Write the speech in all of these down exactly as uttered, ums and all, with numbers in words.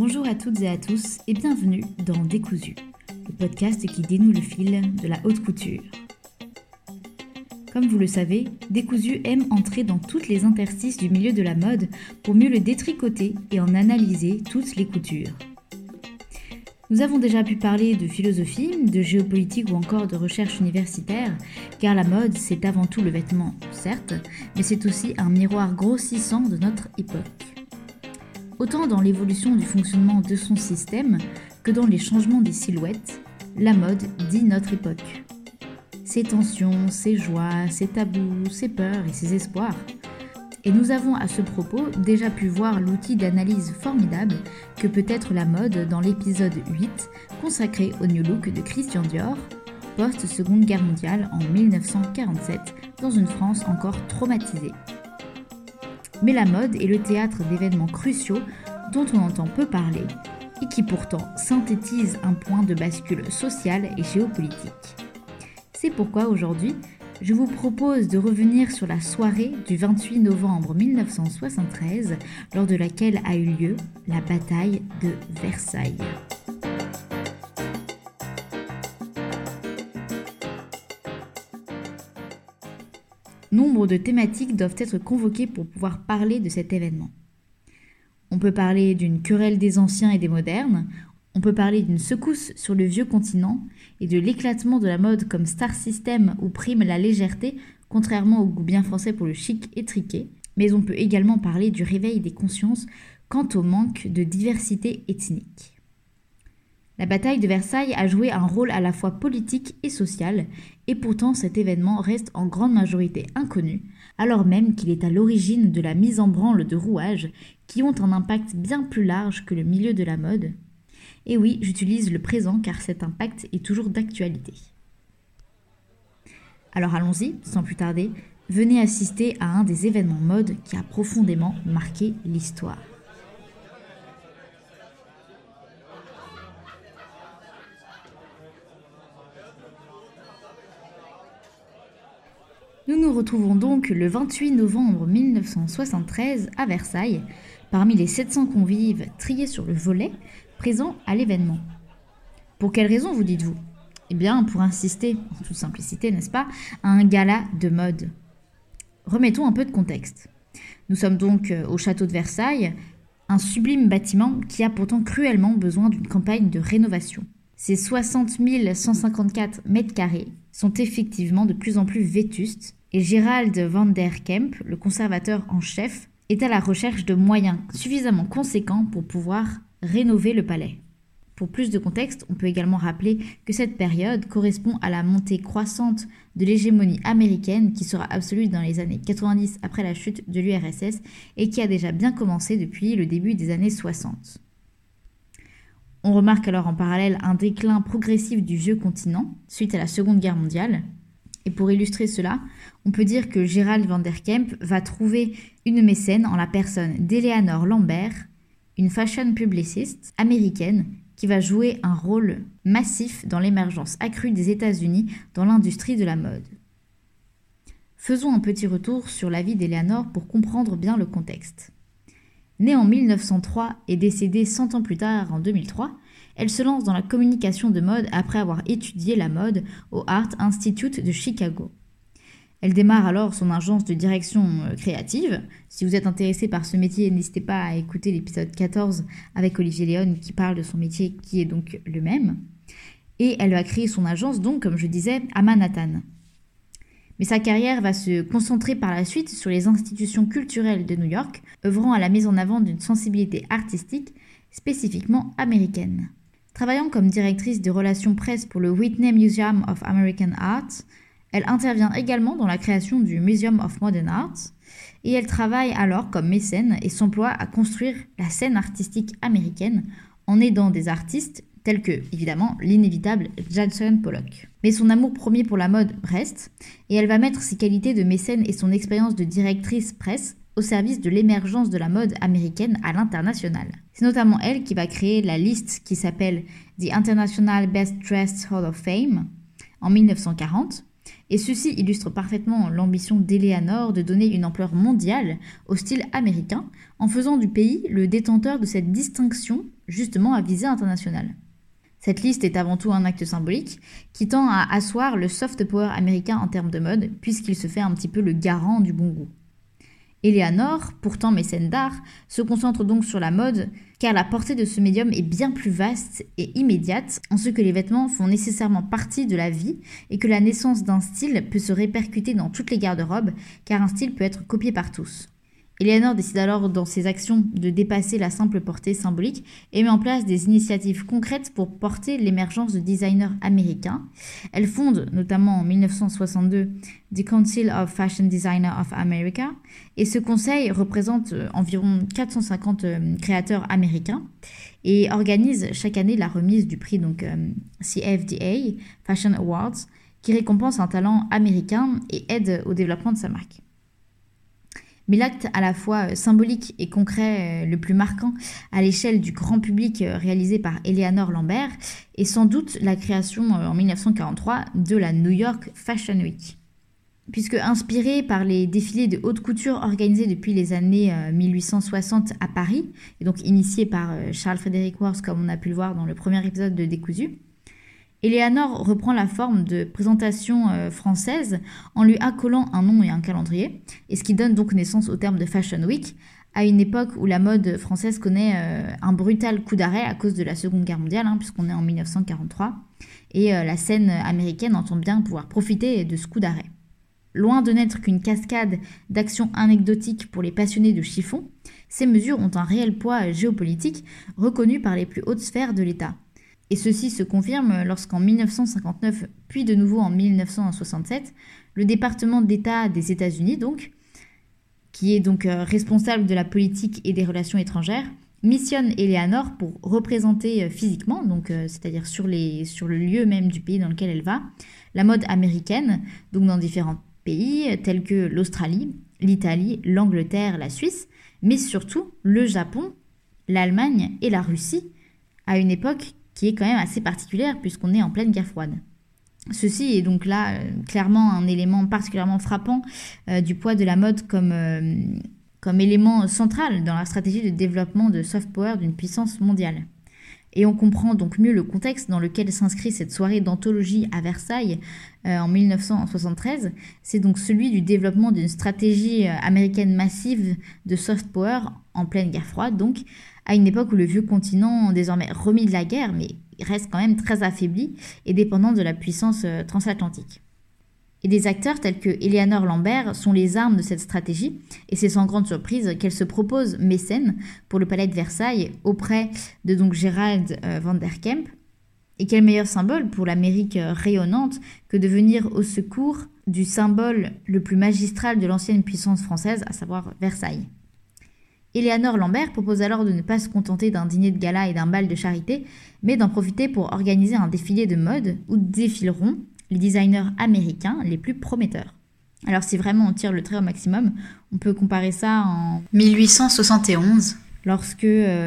Bonjour à toutes et à tous et bienvenue dans Décousu, le podcast qui dénoue le fil de la haute couture. Comme vous le savez, Décousu aime entrer dans toutes les interstices du milieu de la mode pour mieux le détricoter et en analyser toutes les coutures. Nous avons déjà pu parler de philosophie, de géopolitique ou encore de recherche universitaire, car la mode c'est avant tout le vêtement, certes, mais c'est aussi un miroir grossissant de notre époque. Autant dans l'évolution du fonctionnement de son système que dans les changements des silhouettes, la mode dit notre époque. Ses tensions, ses joies, ses tabous, ses peurs et ses espoirs. Et nous avons à ce propos déjà pu voir l'outil d'analyse formidable que peut être la mode dans l'épisode huit consacré au New Look de Christian Dior, post-Seconde Guerre mondiale en dix-neuf cent quarante-sept, dans une France encore traumatisée. Mais la mode est le théâtre d'événements cruciaux dont on entend peu parler et qui pourtant synthétisent un point de bascule sociale et géopolitique. C'est pourquoi aujourd'hui, je vous propose de revenir sur la soirée du vingt-huit novembre mille neuf cent soixante-treize, lors de laquelle a eu lieu la bataille de Versailles. Nombre de thématiques doivent être convoquées pour pouvoir parler de cet événement. On peut parler d'une querelle des anciens et des modernes, on peut parler d'une secousse sur le vieux continent et de l'éclatement de la mode comme star system où prime la légèreté, contrairement au goût bien français pour le chic étriqué, mais on peut également parler du réveil des consciences quant au manque de diversité ethnique. La bataille de Versailles a joué un rôle à la fois politique et social, et pourtant cet événement reste en grande majorité inconnu, alors même qu'il est à l'origine de la mise en branle de rouages qui ont un impact bien plus large que le milieu de la mode. Et oui, j'utilise le présent car cet impact est toujours d'actualité. Alors allons-y, sans plus tarder, venez assister à un des événements mode qui a profondément marqué l'histoire. Nous nous retrouvons donc le vingt-huit novembre mille neuf cent soixante-treize à Versailles, parmi les sept cents convives triés sur le volet présents à l'événement. Pour quelle raison, vous dites-vous ? Eh bien, pour insister, en toute simplicité, n'est-ce pas, à un gala de mode. Remettons un peu de contexte. Nous sommes donc au château de Versailles, un sublime bâtiment qui a pourtant cruellement besoin d'une campagne de rénovation. Ces soixante mille cent cinquante-quatre mètres carrés sont effectivement de plus en plus vétustes et Gérald van der Kemp, le conservateur en chef, est à la recherche de moyens suffisamment conséquents pour pouvoir rénover le palais. Pour plus de contexte, on peut également rappeler que cette période correspond à la montée croissante de l'hégémonie américaine qui sera absolue dans les années quatre-vingt-dix après la chute de l'U R S S et qui a déjà bien commencé depuis le début des années soixante. On remarque alors en parallèle un déclin progressif du vieux continent suite à la Seconde Guerre mondiale. Et pour illustrer cela, on peut dire que Gérald van der Kemp va trouver une mécène en la personne d'Eleanor Lambert, une fashion publiciste américaine qui va jouer un rôle massif dans l'émergence accrue des États-Unis dans l'industrie de la mode. Faisons un petit retour sur la vie d'Eleanor pour comprendre bien le contexte. Née en mille neuf cent trois et décédée cent ans plus tard en deux mille trois, elle se lance dans la communication de mode après avoir étudié la mode au Art Institute de Chicago. Elle démarre alors son agence de direction créative. Si vous êtes intéressé par ce métier, n'hésitez pas à écouter l'épisode quatorze avec Olivier Léon qui parle de son métier qui est donc le même. Et elle va créer son agence donc, comme je disais, à Manhattan. Mais sa carrière va se concentrer par la suite sur les institutions culturelles de New York, œuvrant à la mise en avant d'une sensibilité artistique spécifiquement américaine. Travaillant comme directrice de relations presse pour le Whitney Museum of American Art, elle intervient également dans la création du Museum of Modern Art et elle travaille alors comme mécène et s'emploie à construire la scène artistique américaine en aidant des artistes tels que, évidemment, l'inévitable Jackson Pollock. Mais son amour premier pour la mode reste et elle va mettre ses qualités de mécène et son expérience de directrice presse au service de l'émergence de la mode américaine à l'international. C'est notamment elle qui va créer la liste qui s'appelle The International Best Dressed Hall of Fame en mille neuf cent quarante Et ceci illustre parfaitement l'ambition d'Eleanor de donner une ampleur mondiale au style américain, en faisant du pays le détenteur de cette distinction, justement à visée internationale. Cette liste est avant tout un acte symbolique qui tend à asseoir le soft power américain en termes de mode, puisqu'il se fait un petit peu le garant du bon goût. Eleanor, pourtant mécène d'art, se concentre donc sur la mode, car la portée de ce médium est bien plus vaste et immédiate, en ce que les vêtements font nécessairement partie de la vie et que la naissance d'un style peut se répercuter dans toutes les garde-robes, car un style peut être copié par tous. Eleanor décide alors dans ses actions de dépasser la simple portée symbolique et met en place des initiatives concrètes pour porter l'émergence de designers américains. Elle fonde notamment en mille neuf cent soixante-deux The Council of Fashion Designers of America et ce conseil représente environ quatre cent cinquante créateurs américains et organise chaque année la remise du prix donc C F D A Fashion Awards qui récompense un talent américain et aide au développement de sa marque. Mais l'acte à la fois symbolique et concret le plus marquant à l'échelle du grand public réalisé par Eleanor Lambert est sans doute la création en mille neuf cent quarante-trois de la New York Fashion Week. Puisque inspirée par les défilés de haute couture organisés depuis les années mille huit cent soixante à Paris, et donc initiés par Charles Frederick Worth comme on a pu le voir dans le premier épisode de Décousu, Eleanor reprend la forme de présentation euh, française en lui accolant un nom et un calendrier, et ce qui donne donc naissance au terme de Fashion Week, à une époque où la mode française connaît euh, un brutal coup d'arrêt à cause de la Seconde Guerre mondiale, hein, puisqu'on est en mille neuf cent quarante-trois, et euh, la scène américaine entend bien pouvoir profiter de ce coup d'arrêt. Loin de n'être qu'une cascade d'actions anecdotiques pour les passionnés de chiffon, ces mesures ont un réel poids géopolitique reconnu par les plus hautes sphères de l'État. Et ceci se confirme lorsqu'en mille neuf cent cinquante-neuf, puis de nouveau en mille neuf cent soixante-sept, le département d'État des États-Unis, donc, qui est donc euh, responsable de la politique et des relations étrangères, missionne Eleanor pour représenter euh, physiquement, donc euh, c'est-à-dire sur, les, sur le lieu même du pays dans lequel elle va, la mode américaine, donc dans différents pays tels que l'Australie, l'Italie, l'Angleterre, la Suisse, mais surtout le Japon, l'Allemagne et la Russie, à une époque qui est quand même assez particulière puisqu'on est en pleine guerre froide. Ceci est donc là euh, clairement un élément particulièrement frappant euh, du poids de la mode comme, euh, comme élément central dans la stratégie de développement de soft power d'une puissance mondiale. Et on comprend donc mieux le contexte dans lequel s'inscrit cette soirée d'anthologie à Versailles euh, en mille neuf cent soixante-treize. C'est donc celui du développement d'une stratégie euh, américaine massive de soft power en pleine guerre froide, donc à une époque où le vieux continent, désormais remis de la guerre, mais reste quand même très affaibli et dépendant de la puissance euh, transatlantique. Et des acteurs tels que Eleanor Lambert sont les armes de cette stratégie, et c'est sans grande surprise qu'elle se propose mécène pour le palais de Versailles auprès de donc Gerald euh, van der Kemp. Et quel meilleur symbole pour l'Amérique euh, rayonnante que de venir au secours du symbole le plus magistral de l'ancienne puissance française, à savoir Versailles. Eleanor Lambert propose alors de ne pas se contenter d'un dîner de gala et d'un bal de charité, mais d'en profiter pour organiser un défilé de mode où défileront les designers américains les plus prometteurs. Alors si vraiment on tire le trait au maximum, on peut comparer ça en mille huit cent soixante et onze, lorsque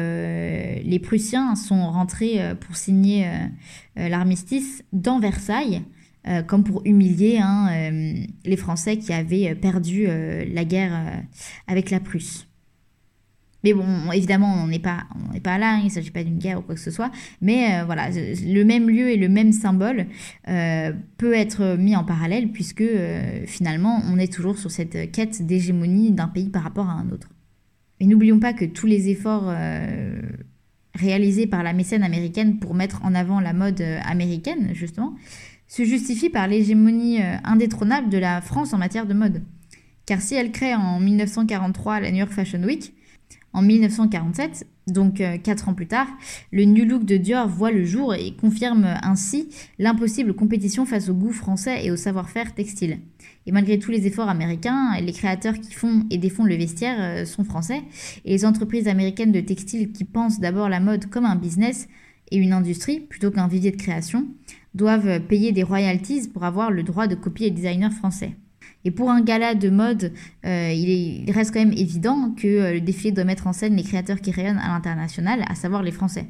euh, les Prussiens sont rentrés euh, pour signer euh, euh, l'armistice dans Versailles, euh, comme pour humilier hein, euh, les Français qui avaient perdu euh, la guerre euh, avec la Prusse. Mais bon, évidemment, on n'est pas, on n'est pas là, hein, il ne s'agit pas d'une guerre ou quoi que ce soit. Mais euh, voilà, le même lieu et le même symbole euh, peut être mis en parallèle puisque euh, finalement, on est toujours sur cette quête d'hégémonie d'un pays par rapport à un autre. Et n'oublions pas que tous les efforts euh, réalisés par la mécène américaine pour mettre en avant la mode américaine, justement, se justifient par l'hégémonie euh, indétrônable de la France en matière de mode. Car si elle crée en mille neuf cent quarante-trois la New York Fashion Week, en mille neuf cent quarante-sept, donc euh, quatre ans plus tard, le New Look de Dior voit le jour et confirme ainsi l'impossible compétition face au goût français et au savoir-faire textile. Et malgré tous les efforts américains, les créateurs qui font et défont le vestiaire euh, sont français, et les entreprises américaines de textile qui pensent d'abord la mode comme un business et une industrie plutôt qu'un vivier de création, doivent payer des royalties pour avoir le droit de copier les designers français. Et pour un gala de mode, euh, il, est, il reste quand même évident que euh, le défilé doit mettre en scène les créateurs qui rayonnent à l'international, à savoir les Français.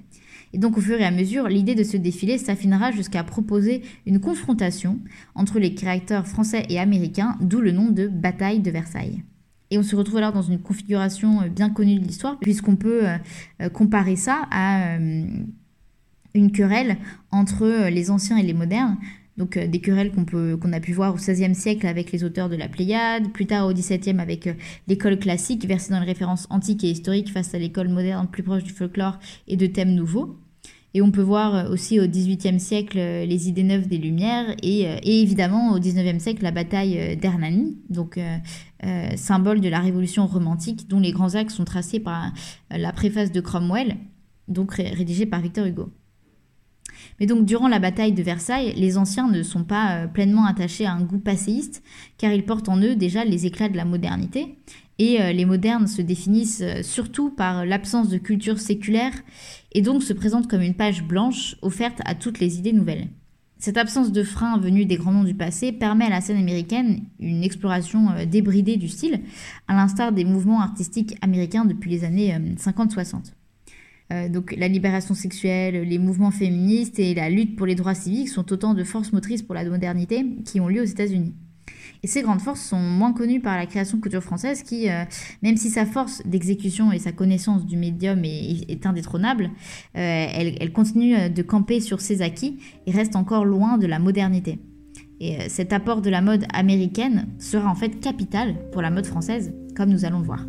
Et donc au fur et à mesure, l'idée de ce défilé s'affinera jusqu'à proposer une confrontation entre les créateurs français et américains, d'où le nom de bataille de Versailles. Et on se retrouve alors dans une configuration bien connue de l'histoire, puisqu'on peut euh, comparer ça à euh, une querelle entre les anciens et les modernes. Donc euh, des querelles qu'on peut, qu'on a pu voir au seizième siècle avec les auteurs de la Pléiade, plus tard au dix-septième avec euh, l'école classique versée dans les références antiques et historiques face à l'école moderne plus proche du folklore et de thèmes nouveaux. Et on peut voir aussi au dix-huitième siècle les idées neuves des Lumières et, et évidemment au dix-neuvième siècle la bataille d'Hernani, donc euh, euh, symbole de la révolution romantique dont les grands axes sont tracés par la préface de Cromwell, donc rédigée par Victor Hugo. Mais donc durant la bataille de Versailles, les anciens ne sont pas euh, pleinement attachés à un goût passéiste car ils portent en eux déjà les éclats de la modernité. Et euh, les modernes se définissent euh, surtout par l'absence de culture séculaire et donc se présentent comme une page blanche offerte à toutes les idées nouvelles. Cette absence de frein venue des grands noms du passé permet à la scène américaine une exploration euh, débridée du style, à l'instar des mouvements artistiques américains depuis les années euh, cinquante soixante. Euh, donc la libération sexuelle, les mouvements féministes et la lutte pour les droits civiques sont autant de forces motrices pour la modernité qui ont lieu aux États-Unis. Et ces grandes forces sont moins connues par la création de couture française qui, euh, même si sa force d'exécution et sa connaissance du médium est, est indétrônable, euh, elle, elle continue de camper sur ses acquis et reste encore loin de la modernité. Et euh, cet apport de la mode américaine sera en fait capital pour la mode française, comme nous allons le voir.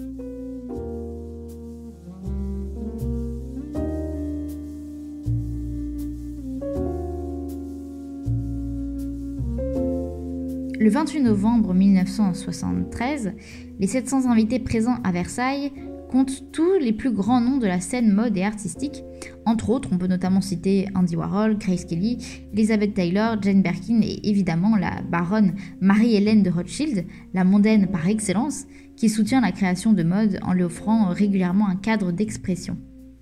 Le vingt-huit novembre mille neuf cent soixante-treize, les sept cents invités présents à Versailles comptent tous les plus grands noms de la scène mode et artistique. Entre autres, on peut notamment citer Andy Warhol, Grace Kelly, Elizabeth Taylor, Jane Birkin et évidemment la baronne Marie-Hélène de Rothschild, la mondaine par excellence, qui soutient la création de mode en lui offrant régulièrement un cadre d'expression.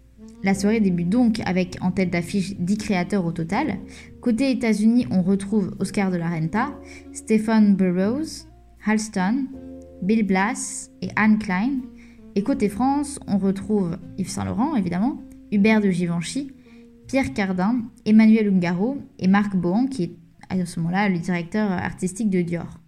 La soirée débute donc avec en tête d'affiche dix créateurs au total. Côté États-Unis, on retrouve Oscar de la Renta, Stephen Burrows, Halston, Bill Blass et Anne Klein. Et côté France, on retrouve Yves Saint Laurent, évidemment, Hubert de Givenchy, Pierre Cardin, Emmanuel Ungaro et Marc Bohan, qui est à ce moment-là le directeur artistique de Dior.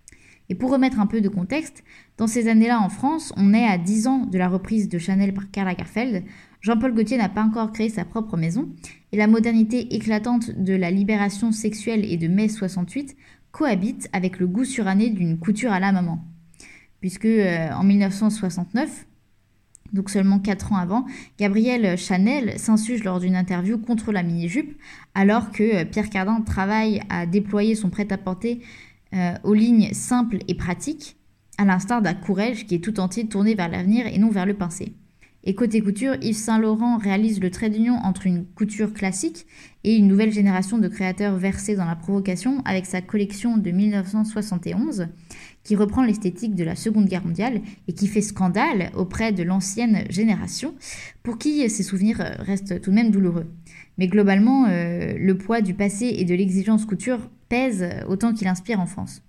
Et pour remettre un peu de contexte, dans ces années-là en France, on est à dix ans de la reprise de Chanel par Karl Lagerfeld. Jean-Paul Gaultier n'a pas encore créé sa propre maison, et la modernité éclatante de la libération sexuelle et de mai soixante-huit cohabite avec le goût suranné d'une couture à la maman. Puisque euh, en mille neuf cent soixante-neuf, donc seulement quatre ans avant, Gabrielle Chanel s'insurge lors d'une interview contre la mini-jupe, alors que euh, Pierre Cardin travaille à déployer son prêt-à-porter euh, aux lignes simples et pratiques, à l'instar d'un Courrèges qui est tout entier tourné vers l'avenir et non vers le pincé. Et côté couture, Yves Saint Laurent réalise le trait d'union entre une couture classique et une nouvelle génération de créateurs versés dans la provocation avec sa collection de mille neuf cent soixante et onze qui reprend l'esthétique de la Seconde Guerre mondiale et qui fait scandale auprès de l'ancienne génération pour qui ces souvenirs restent tout de même douloureux. Mais globalement, euh, le poids du passé et de l'exigence couture pèse autant qu'il inspire en France.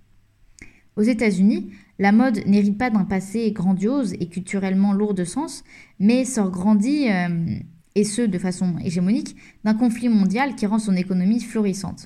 Aux États-Unis, la mode n'hérite pas d'un passé grandiose et culturellement lourd de sens, mais sort grandi, euh, et ce de façon hégémonique, d'un conflit mondial qui rend son économie florissante.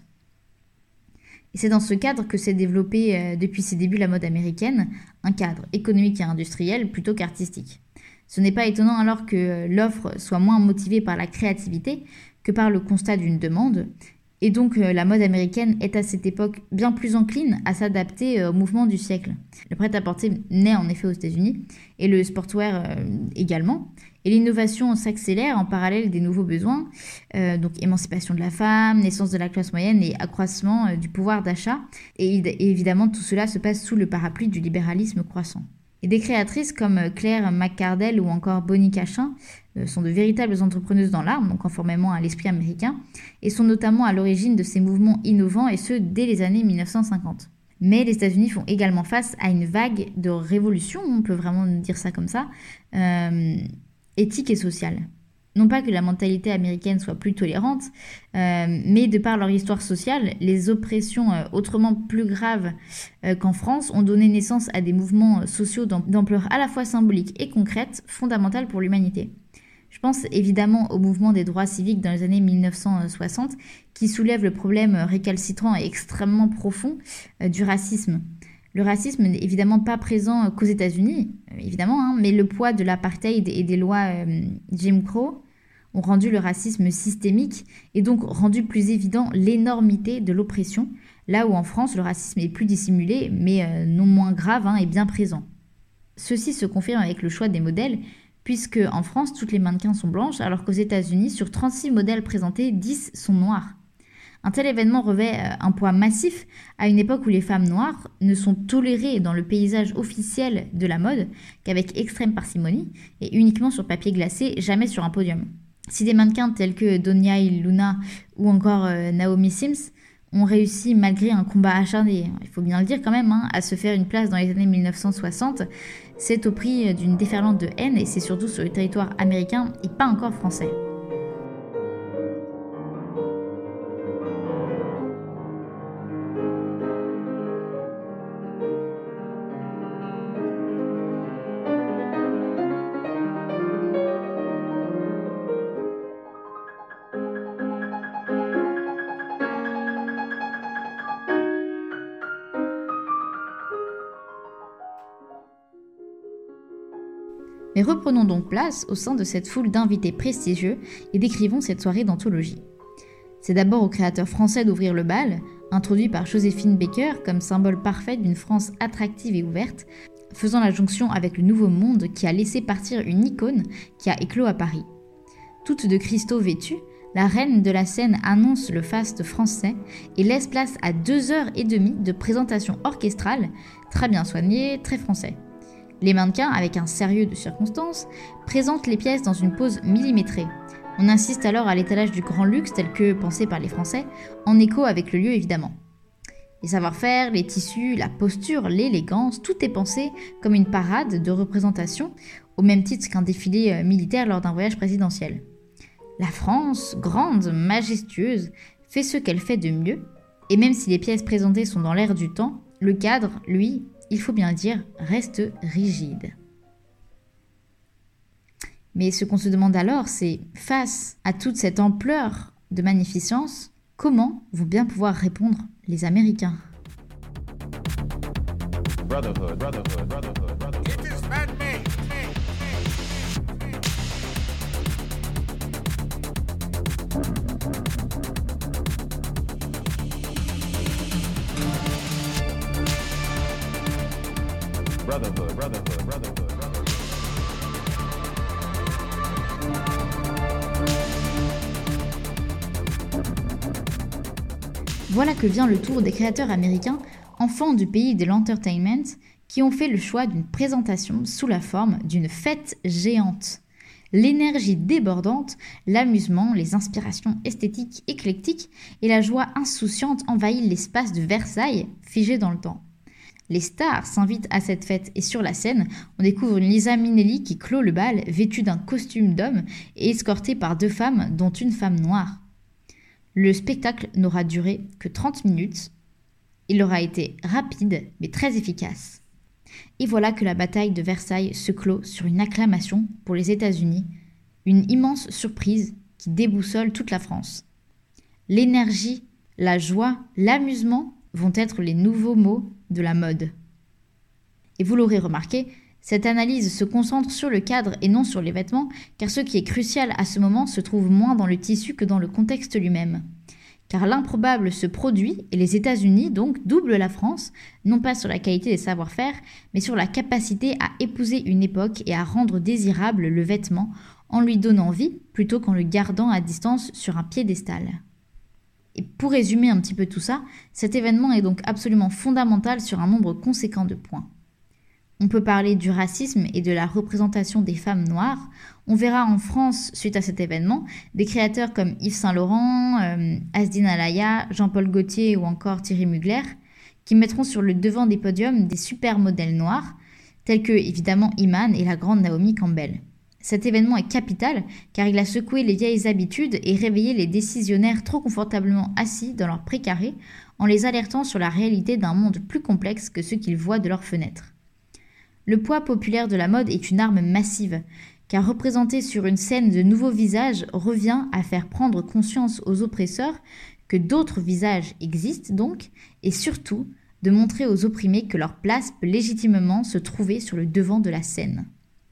Et c'est dans ce cadre que s'est développée euh, depuis ses débuts la mode américaine, un cadre économique et industriel plutôt qu'artistique. Ce n'est pas étonnant alors que l'offre soit moins motivée par la créativité que par le constat d'une demande. Et donc euh, la mode américaine est à cette époque bien plus encline à s'adapter euh, au mouvement du siècle. Le prêt-à-porter naît en effet aux États-Unis, et le sportswear euh, également. Et l'innovation s'accélère en parallèle des nouveaux besoins, euh, donc émancipation de la femme, naissance de la classe moyenne et accroissement euh, du pouvoir d'achat. Et, et évidemment tout cela se passe sous le parapluie du libéralisme croissant. Et des créatrices comme Claire McCardell ou encore Bonnie Cachin euh, sont de véritables entrepreneuses dans l'art, donc conformément à l'esprit américain, et sont notamment à l'origine de ces mouvements innovants, et ce, dès les années mille neuf cent cinquante. Mais les États-Unis font également face à une vague de révolution, on peut vraiment dire ça comme ça, euh, éthique et sociale. Non pas que la mentalité américaine soit plus tolérante, euh, mais de par leur histoire sociale, les oppressions euh, autrement plus graves euh, qu'en France ont donné naissance à des mouvements sociaux d'ampleur à la fois symbolique et concrète, fondamentale pour l'humanité. Je pense évidemment au mouvement des droits civiques dans les années mille neuf cent soixante qui soulève le problème récalcitrant et extrêmement profond euh, du racisme. Le racisme n'est évidemment pas présent qu'aux États-Unis, euh, évidemment, hein, mais le poids de l'apartheid et des lois euh, Jim Crow ont rendu le racisme systémique et donc rendu plus évident l'énormité de l'oppression, là où en France le racisme est plus dissimulé mais euh, non moins grave hein, et bien présent. Ceci se confirme avec le choix des modèles, puisque en France toutes les mannequins sont blanches alors qu'aux États-Unis sur trente-six modèles présentés, dix sont noirs. Un tel événement revêt un poids massif à une époque où les femmes noires ne sont tolérées dans le paysage officiel de la mode qu'avec extrême parcimonie et uniquement sur papier glacé, jamais sur un podium. Si des mannequins tels que Donyai Luna ou encore euh, Naomi Sims ont réussi malgré un combat acharné, il faut bien le dire quand même, hein, à se faire une place dans les années mille neuf cent soixante, c'est au prix d'une déferlante de haine et c'est surtout sur le territoire américain et pas encore français. Mais reprenons donc place au sein de cette foule d'invités prestigieux et décrivons cette soirée d'anthologie. C'est d'abord au créateur français d'ouvrir le bal, introduit par Joséphine Baker comme symbole parfait d'une France attractive et ouverte, faisant la jonction avec le nouveau monde qui a laissé partir une icône qui a éclos à Paris. Toute de cristaux vêtue, la reine de la scène annonce le faste français et laisse place à deux heures et demie de présentation orchestrale, très bien soignée, très français. Les mannequins, avec un sérieux de circonstance, présentent les pièces dans une pose millimétrée. On insiste alors à l'étalage du grand luxe tel que pensé par les Français, en écho avec le lieu évidemment. Les savoir-faire, les tissus, la posture, l'élégance, tout est pensé comme une parade de représentation, au même titre qu'un défilé militaire lors d'un voyage présidentiel. La France, grande, majestueuse, fait ce qu'elle fait de mieux, et même si les pièces présentées sont dans l'air du temps, le cadre, lui, il faut bien le dire, reste rigide. Mais ce qu'on se demande alors, c'est, face à toute cette ampleur de magnificence, comment vont bien pouvoir répondre les Américains ? Brotherhood, brotherhood, brotherhood, brotherhood. It is man made. Brotherhood, brotherhood, brotherhood, brotherhood. Voilà que vient le tour des créateurs américains, enfants du pays de l'entertainment, qui ont fait le choix d'une présentation sous la forme d'une fête géante. L'énergie débordante, l'amusement, les inspirations esthétiques éclectiques et la joie insouciante envahissent l'espace de Versailles, figé dans le temps. Les stars s'invitent à cette fête et sur la scène, on découvre une Liza Minnelli qui clôt le bal, vêtue d'un costume d'homme et escortée par deux femmes, dont une femme noire. Le spectacle n'aura duré que trente minutes. Il aura été rapide, mais très efficace. Et voilà que la bataille de Versailles se clôt sur une acclamation pour les États-Unis, une immense surprise qui déboussole toute la France. L'énergie, la joie, l'amusement vont être les nouveaux mots de la mode. Et vous l'aurez remarqué, cette analyse se concentre sur le cadre et non sur les vêtements, car ce qui est crucial à ce moment se trouve moins dans le tissu que dans le contexte lui-même. Car l'improbable se produit, et les États-Unis donc doublent la France, non pas sur la qualité des savoir-faire, mais sur la capacité à épouser une époque et à rendre désirable le vêtement, en lui donnant vie, plutôt qu'en le gardant à distance sur un piédestal. Et pour résumer un petit peu tout ça, cet événement est donc absolument fondamental sur un nombre conséquent de points. On peut parler du racisme et de la représentation des femmes noires. On verra en France, suite à cet événement, des créateurs comme Yves Saint Laurent, euh, Asdin Alaya, Jean-Paul Gaultier ou encore Thierry Mugler, qui mettront sur le devant des podiums des super modèles noirs, tels que évidemment Iman et la grande Naomi Campbell. Cet événement est capital car il a secoué les vieilles habitudes et réveillé les décisionnaires trop confortablement assis dans leur précaré en les alertant sur la réalité d'un monde plus complexe que ce qu'ils voient de leurs fenêtres. Le poids populaire de la mode est une arme massive car représenter sur une scène de nouveaux visages revient à faire prendre conscience aux oppresseurs que d'autres visages existent donc, et surtout de montrer aux opprimés que leur place peut légitimement se trouver sur le devant de la scène.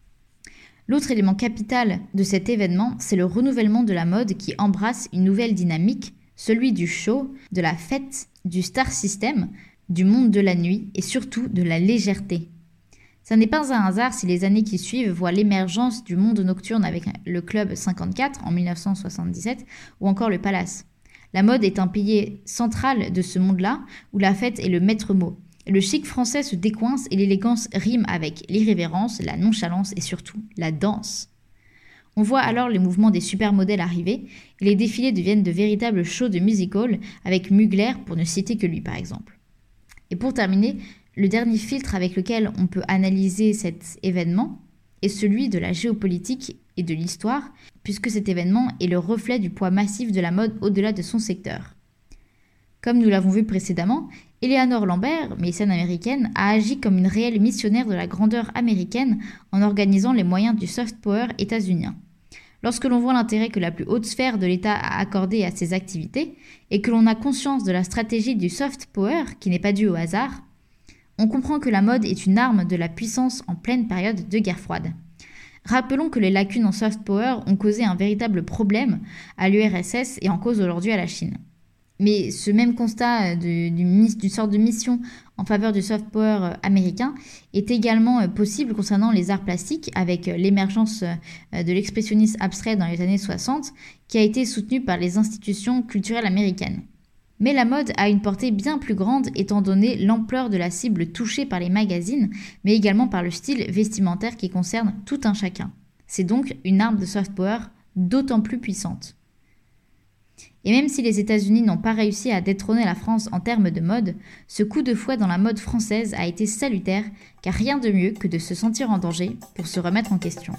L'autre élément capital de cet événement, c'est le renouvellement de la mode qui embrasse une nouvelle dynamique, celui du show, de la fête, du star system, du monde de la nuit et surtout de la légèreté. Ça n'est pas un hasard si les années qui suivent voient l'émergence du monde nocturne avec le Club cinquante-quatre en mille neuf cent soixante-dix-sept ou encore le Palace. La mode est un pilier central de ce monde-là où la fête est le maître mot. Le chic français se décoince et l'élégance rime avec l'irrévérence, la nonchalance et surtout la danse. On voit alors les mouvements des supermodèles arriver et les défilés deviennent de véritables shows de music-hall avec Mugler pour ne citer que lui par exemple. Et pour terminer, le dernier filtre avec lequel on peut analyser cet événement est celui de la géopolitique et de l'histoire, puisque cet événement est le reflet du poids massif de la mode au-delà de son secteur. Comme nous l'avons vu précédemment, Eleanor Lambert, mécène américaine, a agi comme une réelle missionnaire de la grandeur américaine en organisant les moyens du soft power états-unien. Lorsque l'on voit l'intérêt que la plus haute sphère de l'État a accordé à ces activités, et que l'on a conscience de la stratégie du soft power qui n'est pas due au hasard, on comprend que la mode est une arme de la puissance en pleine période de guerre froide. Rappelons que les lacunes en soft power ont causé un véritable problème à l'U R S S et en cause aujourd'hui à la Chine. Mais ce même constat d'une sorte de mission en faveur du soft power américain est également possible concernant les arts plastiques avec l'émergence de l'expressionnisme abstrait dans les années soixante qui a été soutenue par les institutions culturelles américaines. Mais la mode a une portée bien plus grande étant donné l'ampleur de la cible touchée par les magazines, mais également par le style vestimentaire qui concerne tout un chacun. C'est donc une arme de soft power d'autant plus puissante. Et même si les États-Unis n'ont pas réussi à détrôner la France en termes de mode, ce coup de fouet dans la mode française a été salutaire, car rien de mieux que de se sentir en danger pour se remettre en question.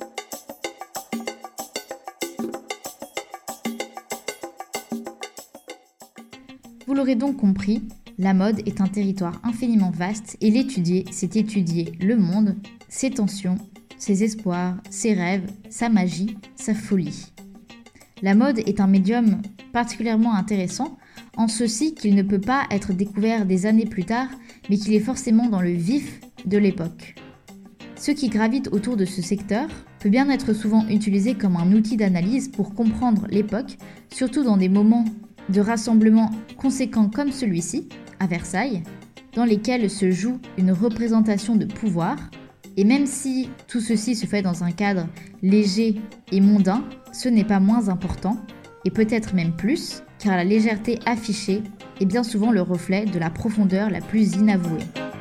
Vous l'aurez donc compris, la mode est un territoire infiniment vaste et l'étudier, c'est étudier le monde, ses tensions, ses espoirs, ses rêves, sa magie, sa folie. La mode est un médium particulièrement intéressant, en ceci qu'il ne peut pas être découvert des années plus tard, mais qu'il est forcément dans le vif de l'époque. Ce qui gravite autour de ce secteur peut bien être souvent utilisé comme un outil d'analyse pour comprendre l'époque, surtout dans des moments de rassemblement conséquents comme celui-ci, à Versailles, dans lesquels se joue une représentation de pouvoir. Et même si tout ceci se fait dans un cadre léger et mondain, ce n'est pas moins important, et peut-être même plus, car la légèreté affichée est bien souvent le reflet de la profondeur la plus inavouée.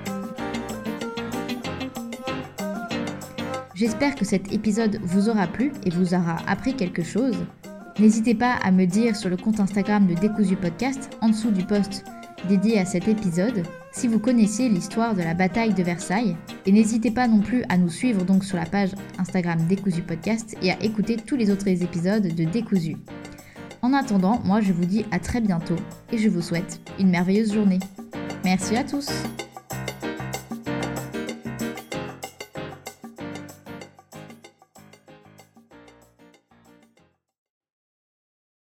J'espère que cet épisode vous aura plu et vous aura appris quelque chose. N'hésitez pas à me dire sur le compte Instagram de Décousu Podcast, en dessous du post dédié à cet épisode, si vous connaissiez l'histoire de la bataille de Versailles. Et n'hésitez pas non plus à nous suivre donc sur la page Instagram Décousu Podcast et à écouter tous les autres épisodes de Décousu. En attendant, moi je vous dis à très bientôt et je vous souhaite une merveilleuse journée. Merci à tous!